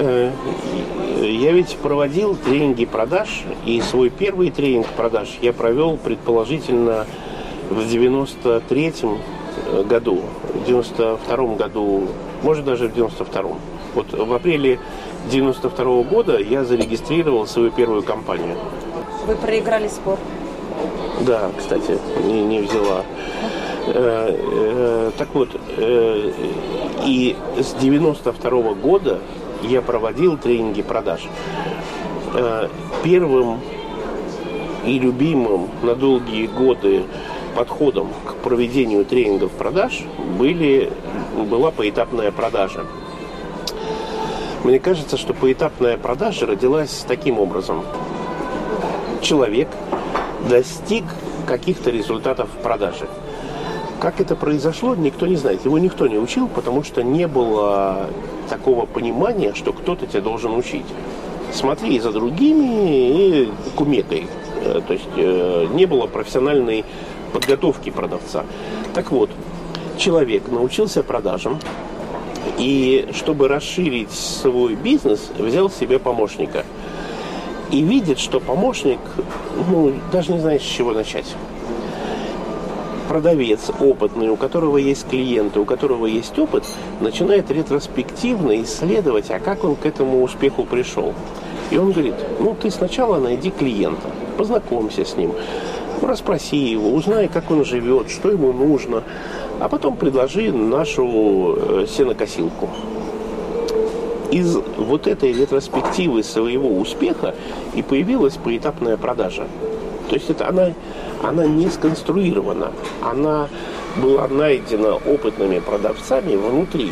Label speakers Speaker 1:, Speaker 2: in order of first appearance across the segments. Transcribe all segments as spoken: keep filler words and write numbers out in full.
Speaker 1: Я ведь проводил тренинги продаж, и свой первый тренинг продаж я провел предположительно в девяносто третьем году, в девяносто втором году, может даже в девяносто втором. Вот в апреле девяносто второго года я зарегистрировал свою первую компанию.
Speaker 2: Вы проиграли спор?
Speaker 1: Да, кстати, не, не взяла. Э, э, так вот, э, и с девяносто второго года я проводил тренинги продаж. Э, первым и любимым на долгие годы подходом к проведению тренингов продаж были, была поэтапная продажа. Мне кажется, что поэтапная продажа родилась таким образом. Человек достиг каких-то результатов в продаже. Как это произошло, никто не знает. Его никто не учил, потому что не было такого понимания, что кто-то тебя должен учить. Смотри за другими и кумекай. То есть не было профессиональной подготовки продавца. Так вот, человек научился продажам, и чтобы расширить свой бизнес, взял себе помощника. И видит, что помощник, ну, даже не знает, с чего начать. Продавец опытный, у которого есть клиенты, у которого есть опыт, начинает ретроспективно исследовать, а как он к этому успеху пришел. И он говорит, ну, ты сначала найди клиента, познакомься с ним, расспроси его, узнай, как он живет, что ему нужно, а потом предложи нашу сенокосилку. Из вот этой ретроспективы своего успеха и появилась поэтапная продажа. То есть это она, она не сконструирована, она была найдена опытными продавцами внутри.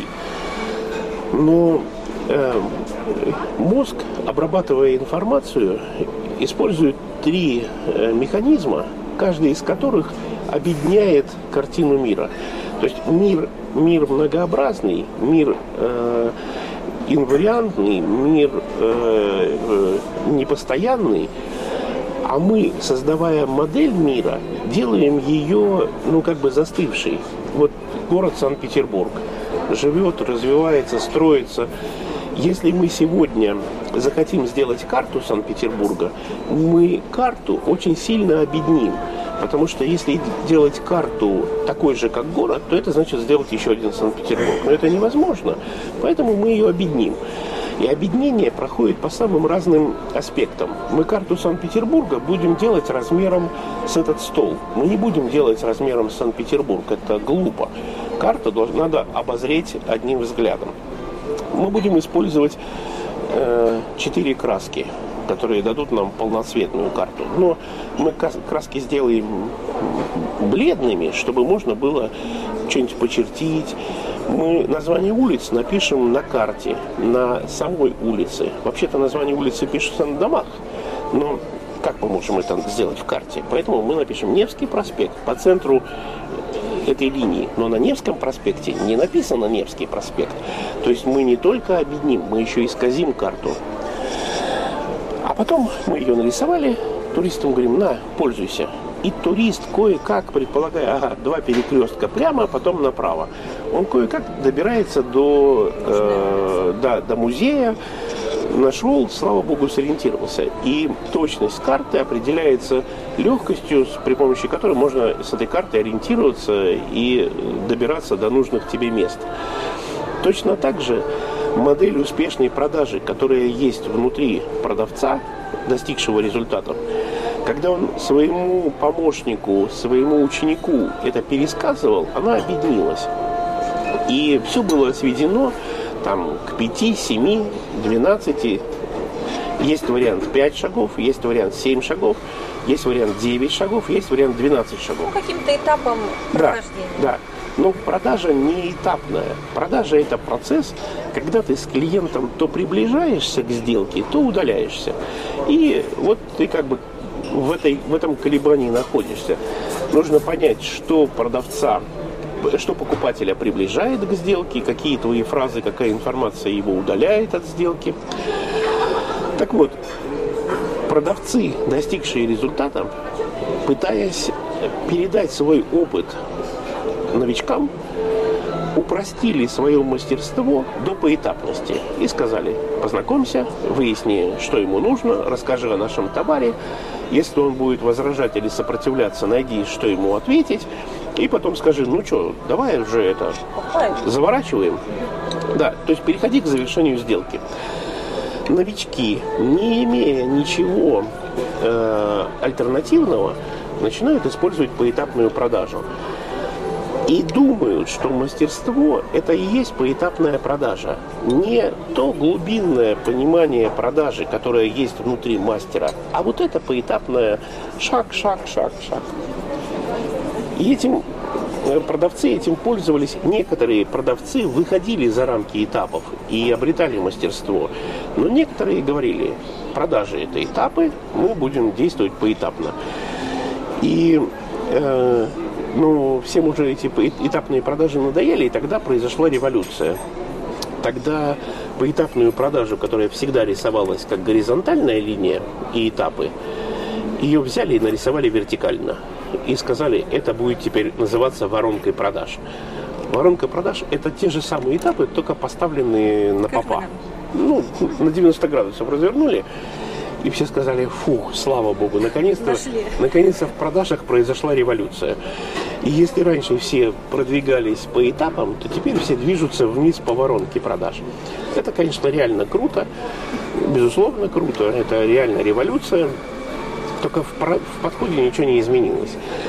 Speaker 1: Но э, мозг, обрабатывая информацию, использует три э, механизма, каждый из которых объединяет картину мира. То есть мир, мир многообразный, мир э, инвариантный, мир э, э, непостоянный, а мы, создавая модель мира, делаем ее, ну, как бы застывшей. Вот город Санкт-Петербург живет, развивается, строится. Если мы сегодня захотим сделать карту Санкт-Петербурга, мы карту очень сильно объединим. Потому что если делать карту такой же, как город, то это значит сделать еще один Санкт-Петербург. Но это невозможно. Поэтому мы ее объединим. И объединение проходит по самым разным аспектам. Мы карту Санкт-Петербурга будем делать размером с этот стол. Мы не будем делать размером с Санкт-Петербург. Это глупо. Карту должна, надо обозреть одним взглядом. Мы будем использовать э, четыре краски, которые дадут нам полноцветную карту. Но мы краски сделаем бледными, чтобы можно было что-нибудь почертить. Мы название улиц напишем на карте, на самой улице. Вообще-то название улицы пишется на домах, но как мы можем это сделать в карте? Поэтому мы напишем Невский проспект по центру этой линии. Но на Невском проспекте не написано Невский проспект. То есть мы не только объединим, мы еще исказим карту. А потом мы ее нарисовали, туристам говорим, на, пользуйся. И турист кое-как, предполагая, ага, два перекрестка прямо, потом направо, он кое-как добирается до, э, до, до музея, нашел, слава богу, сориентировался. И точность карты определяется легкостью, при помощи которой можно с этой картой ориентироваться и добираться до нужных тебе мест. Точно так же модель успешной продажи, которая есть внутри продавца, достигшего результатов, когда он своему помощнику, своему ученику это пересказывал, она объединилась. И все было сведено там, к пяти, семи, двенадцати. Есть вариант пять шагов, есть вариант семь шагов, есть вариант девять шагов, есть вариант двенадцать шагов.
Speaker 2: Ну, каким-то этапом прохождения.
Speaker 1: Да, да. Но продажа не этапная. Продажа – это процесс, когда ты с клиентом то приближаешься к сделке, то удаляешься. И вот ты как бы в, этой, в этом колебании находишься. Нужно понять, что продавца, что покупателя приближает к сделке, какие твои фразы, какая информация его удаляет от сделки. Так вот, продавцы, достигшие результата, пытаясь передать свой опыт новичкам, упростили свое мастерство до поэтапности и сказали: познакомься, выясни, что ему нужно, расскажи о нашем товаре. Если он будет возражать или сопротивляться, найди, что ему ответить. И потом скажи: ну что, давай уже это заворачиваем. Да, то есть переходи к завершению сделки. Новички, не имея ничего э, альтернативного, начинают использовать поэтапную продажу. И думают, что мастерство – это и есть поэтапная продажа. Не то глубинное понимание продажи, которое есть внутри мастера, а вот это поэтапное шаг, шаг, шаг, шаг. И этим продавцы этим пользовались. Некоторые продавцы выходили за рамки этапов и обретали мастерство. Но некоторые говорили: продажи – это этапы, мы будем действовать поэтапно. И э, ну, всем уже эти этапные продажи надоели, и тогда произошла революция. Тогда поэтапную продажу, которая всегда рисовалась как горизонтальная линия и этапы, ее взяли и нарисовали вертикально. И сказали: это будет теперь называться воронкой продаж. Воронка продаж – это те же самые этапы, только поставленные на попа. Ну, на девяносто градусов развернули. И все сказали: фу, слава богу, наконец-то, наконец-то в продажах произошла революция. И если раньше все продвигались по этапам, то теперь все движутся вниз по воронке продаж. Это, конечно, реально круто, безусловно круто, это реально революция, только в, в подходе ничего не изменилось.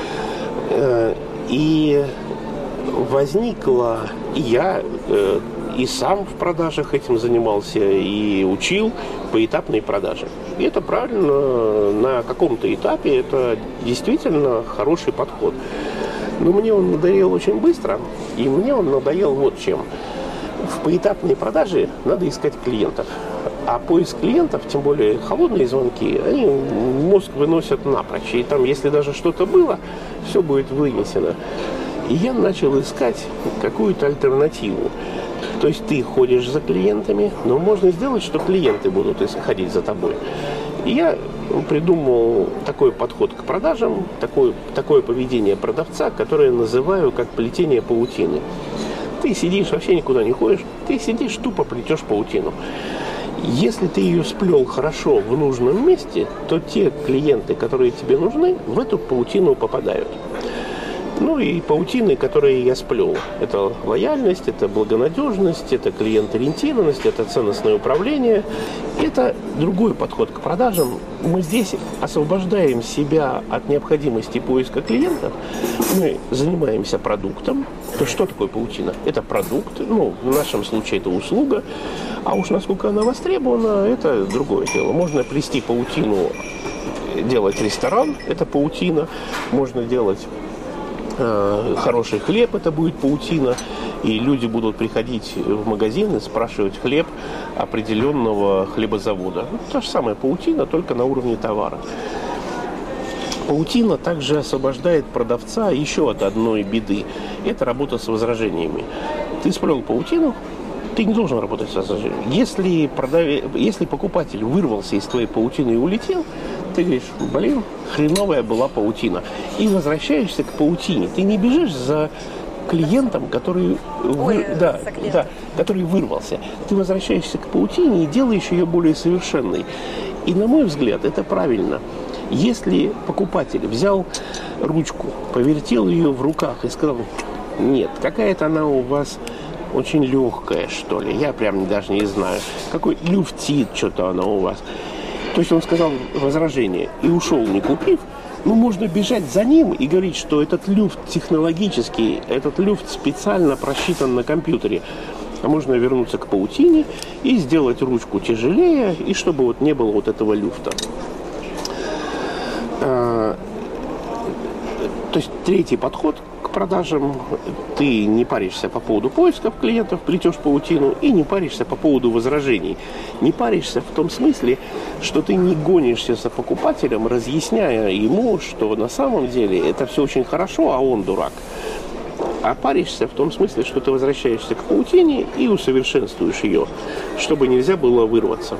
Speaker 1: И возникла, и я и сам в продажах этим занимался, и учил поэтапные продажи. И это правильно, на каком-то этапе это действительно хороший подход. Но мне он надоел очень быстро, и мне он надоел вот чем. В поэтапной продаже надо искать клиентов. А поиск клиентов, тем более холодные звонки, они мозг выносят напрочь. И там, если даже что-то было, все будет вынесено. И я начал искать какую-то альтернативу. То есть ты ходишь за клиентами, но можно сделать, что клиенты будут ходить за тобой. И я придумал такой подход к продажам, такое, такое поведение продавца, которое называю как плетение паутины. Ты сидишь, вообще никуда не ходишь, ты сидишь, тупо плетешь паутину. Если ты ее сплел хорошо в нужном месте, то те клиенты, которые тебе нужны, в эту паутину попадают. Ну и паутины, которые я сплел. Это лояльность, это благонадежность, это клиент-ориентированность, это ценностное управление. Это другой подход к продажам. Мы здесь освобождаем себя от необходимости поиска клиентов. Мы занимаемся продуктом. То что такое паутина? Это продукт, ну, в нашем случае это услуга. А уж насколько она востребована, это другое дело. Можно плести паутину, делать ресторан, это паутина. Можно делать хороший хлеб, это будет паутина, и люди будут приходить в магазин и спрашивать хлеб определенного хлебозавода. Ну, та же самая паутина, только на уровне товара. Паутина также освобождает продавца еще от одной беды. Это работа с возражениями. Ты сплел паутину, ты не должен работать с возражениями. Если, продав... Если покупатель вырвался из твоей паутины и улетел, ты говоришь: блин, хреновая была паутина. И возвращаешься к паутине. Ты не бежишь за клиентом, который,
Speaker 2: Ой,
Speaker 1: вы... да, да, который вырвался. Ты возвращаешься к паутине и делаешь ее более совершенной. И, на мой взгляд, это правильно. Если покупатель взял ручку, повертел ее в руках и сказал: нет, какая-то она у вас очень легкая, что ли, я прям даже не знаю, какой люфтит что-то она у вас. То есть он сказал возражение и ушел, не купив. Ну, можно бежать за ним и говорить, что этот люфт технологический, этот люфт специально просчитан на компьютере. А можно вернуться к паутине и сделать ручку тяжелее, и чтобы вот не было вот этого люфта. А, то есть третий подход к продажам. Ты не паришься по поводу поисков клиентов, плетешь паутину, и не паришься по поводу возражений. Не паришься в том смысле, что ты не гонишься за покупателем, разъясняя ему, что на самом деле это все очень хорошо, а он дурак. А паришься в том смысле, что ты возвращаешься к паутине и усовершенствуешь ее, чтобы нельзя было вырваться.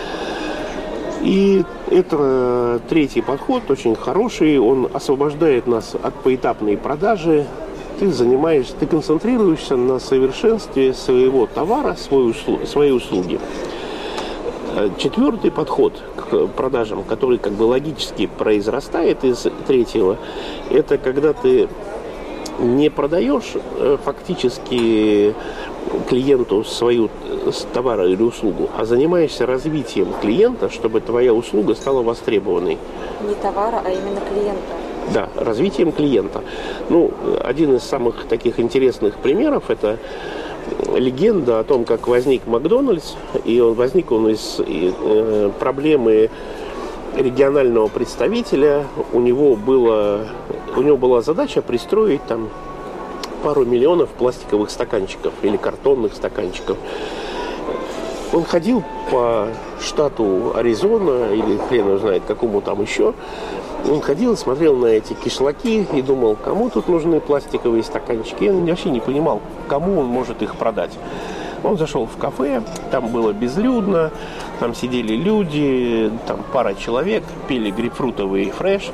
Speaker 1: И это третий подход, очень хороший, он освобождает нас от поэтапной продажи ты занимаешься, ты концентрируешься на совершенстве своего товара, свой услу, своей услуги. Четвертый подход к продажам, который как бы логически произрастает из третьего, это когда ты не продаешь фактически клиенту свою товар или услугу, а занимаешься развитием клиента, чтобы твоя услуга стала востребованной.
Speaker 2: Не товара, а именно клиента.
Speaker 1: Да, развитием клиента. Ну, один из самых таких интересных примеров – это легенда о том, как возник Макдональдс. И он возник он из э, проблемы регионального представителя. У него, было, у него была задача пристроить там пару миллионов пластиковых стаканчиков или картонных стаканчиков. Он ходил по штату Аризона или хрен его знает какому там еще. Он ходил, смотрел на эти кишлаки и думал, кому тут нужны пластиковые стаканчики. Я вообще не понимал, кому он может их продать. Он зашел в кафе, там было безлюдно, там сидели люди, там пара человек, пили грейпфрутовый фреш.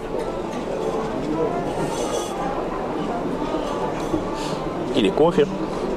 Speaker 1: Или кофе.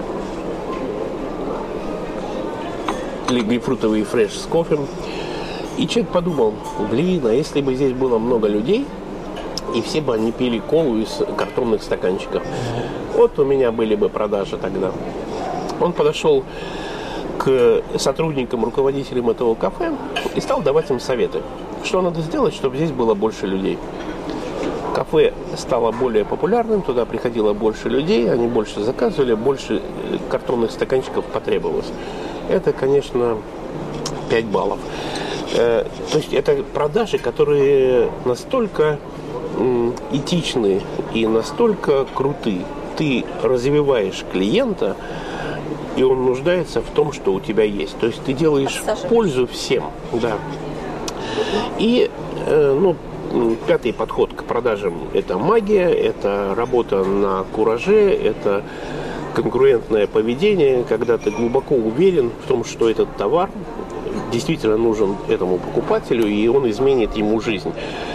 Speaker 1: Или грейпфрутовый фреш с кофе. И человек подумал, блин, а если бы здесь было много людей, и все бы они пили колу из картонных стаканчиков, вот у меня были бы продажи тогда. Он подошел к сотрудникам, руководителям этого кафе и стал давать им советы, что надо сделать, чтобы здесь было больше людей. Кафе стало более популярным, туда приходило больше людей, они больше заказывали, больше картонных стаканчиков потребовалось. Это, конечно, пять баллов. То есть это продажи, которые настолько этичны и настолько круты. Ты развиваешь клиента, и он нуждается в том, что у тебя есть. То есть ты делаешь пользу всем. Да. И ну, пятый подход к продажам – это магия, это работа на кураже, это конкурентное поведение, когда ты глубоко уверен в том, что этот товар действительно нужен этому покупателю, и он изменит ему жизнь.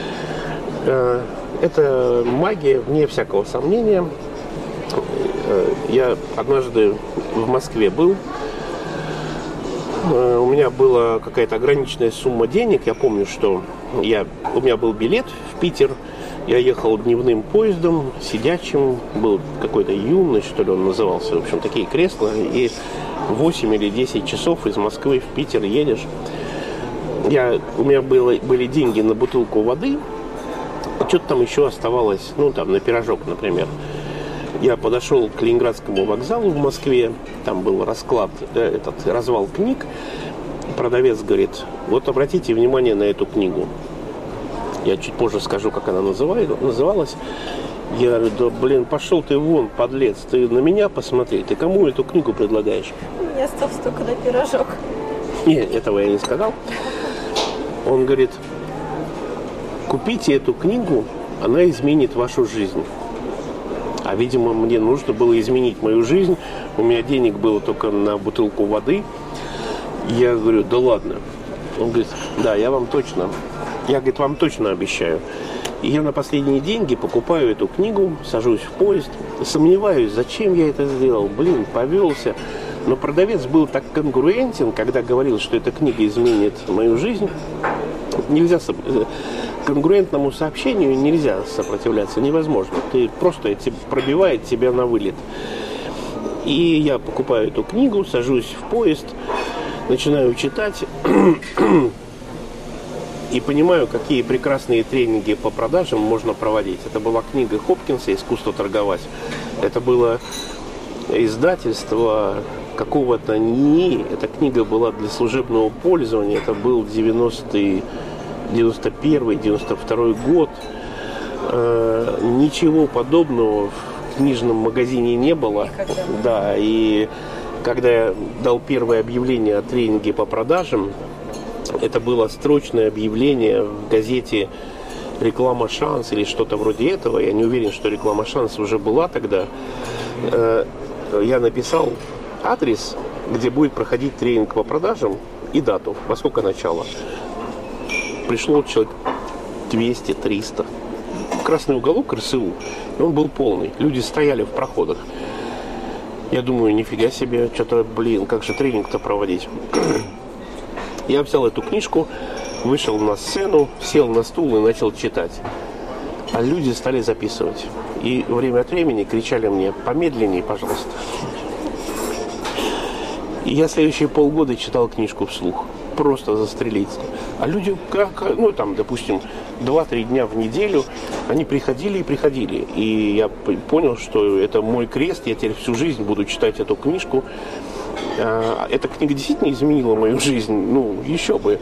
Speaker 1: Это магия, вне всякого сомнения. Я однажды в Москве был. У меня была какая-то ограниченная сумма денег. Я помню, что я, у меня был билет в Питер. Я ехал дневным поездом, сидячим. Был какой-то юный, что ли он назывался. В общем, такие кресла. И восемь или десять часов из Москвы в Питер едешь. Я, у меня было, были деньги на бутылку воды. Что-то там еще оставалось, ну, там, на пирожок, например. Я подошел к Ленинградскому вокзалу в Москве. Там был расклад, этот развал книг. Продавец говорит, вот обратите внимание на эту книгу. Я чуть позже скажу, как она называлась. Я говорю, да блин, пошел ты вон, подлец. Ты на меня посмотри. Ты кому эту книгу предлагаешь?
Speaker 2: У меня осталось только на пирожок.
Speaker 1: Нет, этого я не сказал. Он говорит, купите эту книгу, она изменит вашу жизнь. А, видимо, мне нужно было изменить мою жизнь. У меня денег было только на бутылку воды. Я говорю, да ладно. Он говорит, да, я вам точно, я, говорит, вам точно обещаю. И я на последние деньги покупаю эту книгу, сажусь в поезд, сомневаюсь, зачем я это сделал. Блин, повелся. Но продавец был так конгруентен, когда говорил, что эта книга изменит мою жизнь. Нельзя конгруентному сообщению нельзя сопротивляться, невозможно. Ты просто пробивает тебя на вылет. И я покупаю эту книгу, сажусь в поезд, начинаю читать и понимаю, какие прекрасные тренинги по продажам можно проводить. Это была книга Хопкинса «Искусство торговать». Это было издательство какого-то НИИ. Эта книга была для служебного пользования. Это был девяностый, девяносто первый, девяносто второй год. Э, ничего подобного в книжном магазине не было.
Speaker 2: Никогда.
Speaker 1: Да, и когда я дал первое объявление о тренинге по продажам, это было строчное объявление в газете «Реклама Шанс» или что-то вроде этого. Я не уверен, что «Реклама Шанс» уже была тогда. Э, я написал адрес, где будет проходить тренинг по продажам, и дату, во сколько начало. Пришло человек двести-триста. красный уголок РСУ, и он был полный. Люди стояли в проходах. Я думаю, нифига себе, что-то, блин, как же тренинг-то проводить. Я взял эту книжку, вышел на сцену, сел на стул и начал читать. А люди стали записывать. И время от времени кричали мне: помедленнее, пожалуйста. И я следующие полгода читал книжку вслух. Просто застрелиться. А люди, как, ну там, допустим, два-три дня в неделю, они приходили и приходили. И я понял, что это мой крест, я теперь всю жизнь буду читать эту книжку. Эта книга действительно изменила мою жизнь, ну, еще бы.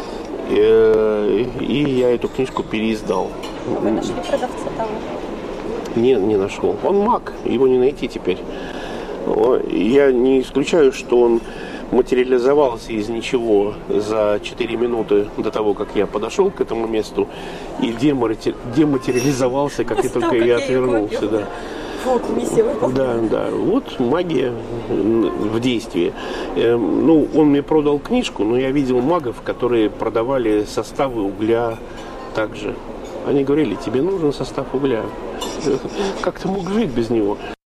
Speaker 1: И я эту книжку переиздал.
Speaker 2: Вы нашли продавца того?
Speaker 1: Не, не нашел. Он маг, его не найти теперь. Я не исключаю, что он материализовался из ничего за четыре минуты до того, как я подошел к этому месту, и дематериализовался, как и только я отвернулся. Да.
Speaker 2: Вот, миссия выполнена.
Speaker 1: Да, да. Вот магия в действии. Ну, он мне продал книжку, но я видел магов, которые продавали составы угля также. Они говорили: тебе нужен состав угля. Как ты мог жить без него?